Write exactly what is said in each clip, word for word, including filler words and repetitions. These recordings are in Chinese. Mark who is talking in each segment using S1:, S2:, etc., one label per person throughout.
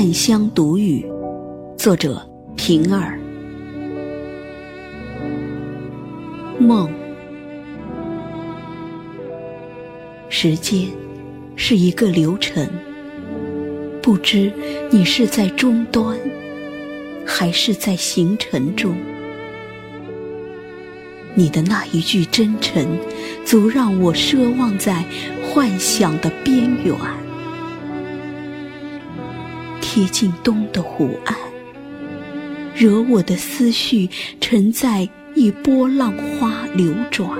S1: 暗香独语，作者平儿。梦，时间是一个流程，不知你是在终端，还是在形成中。你的那一句真诚，足让我奢望在幻想的边缘，贴近东的湖岸，惹我的思绪沉在一波浪花流转，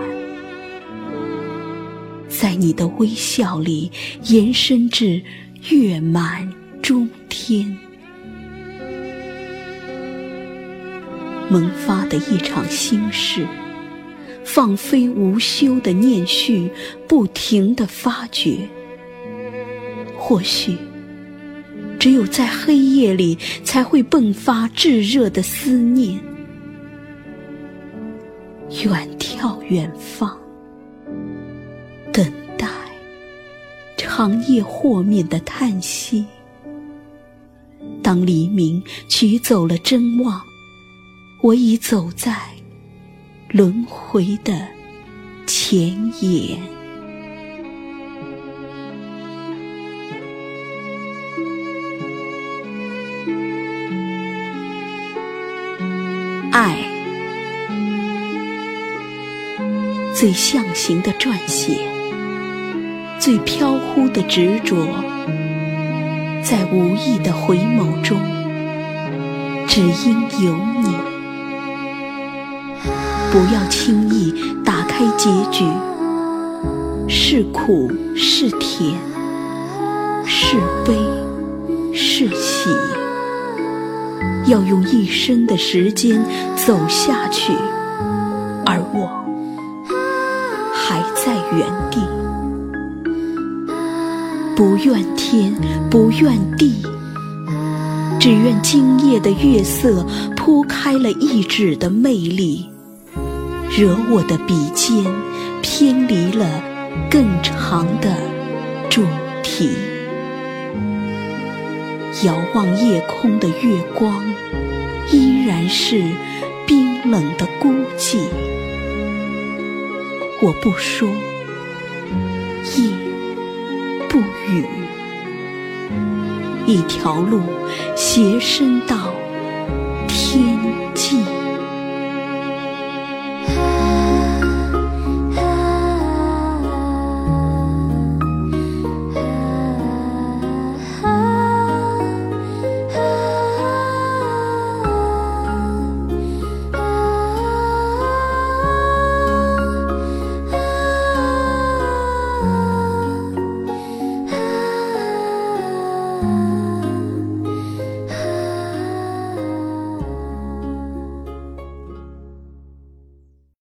S1: 在你的微笑里延伸至月满中天。萌发的一场心事，放飞无休的念绪，不停地发掘。或许只有在黑夜里才会迸发炙热的思念，远眺远方，等待长夜豁免的叹息。当黎明取走了真望，我已走在轮回的前沿。爱，最象形的撰写，最飘忽的执着，在无意的回眸中，只因有你。不要轻易打开结局，是苦是甜，是悲是喜，要用一生的时间走下去，而我还在原地。不怨天不怨地，只愿今夜的月色铺开了一纸的魅力，惹我的笔尖偏离了更长的主题。遥望夜空的月光，依然是冰冷的孤寂。我不说，夜不语，一条路斜伸到天际。
S2: 啊